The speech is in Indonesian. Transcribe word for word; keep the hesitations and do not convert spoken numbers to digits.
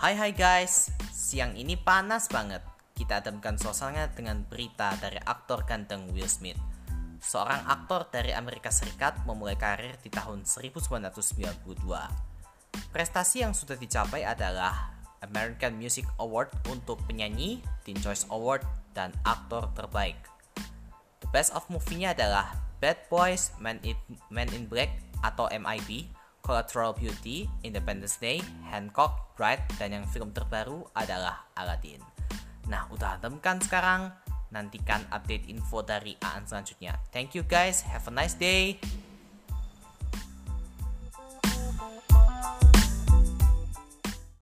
Hai hai guys, siang ini panas banget. Kita ademkan suasana dengan berita dari aktor ganteng Will Smith. Seorang aktor dari Amerika Serikat memulai karir di tahun seribu sembilan ratus sembilan puluh dua. Prestasi yang sudah dicapai adalah American Music Award untuk penyanyi, Teen Choice Award, dan aktor terbaik. The best of movie-nya adalah Bad Boys, Man in, Man in Black atau M I B, Collateral Beauty, Independence Day, Hancock, Bright, dan yang film terbaru adalah Aladdin. Nah, udah adem kan sekarang? Nantikan update info dari Aan selanjutnya. Thank you guys, have a nice day.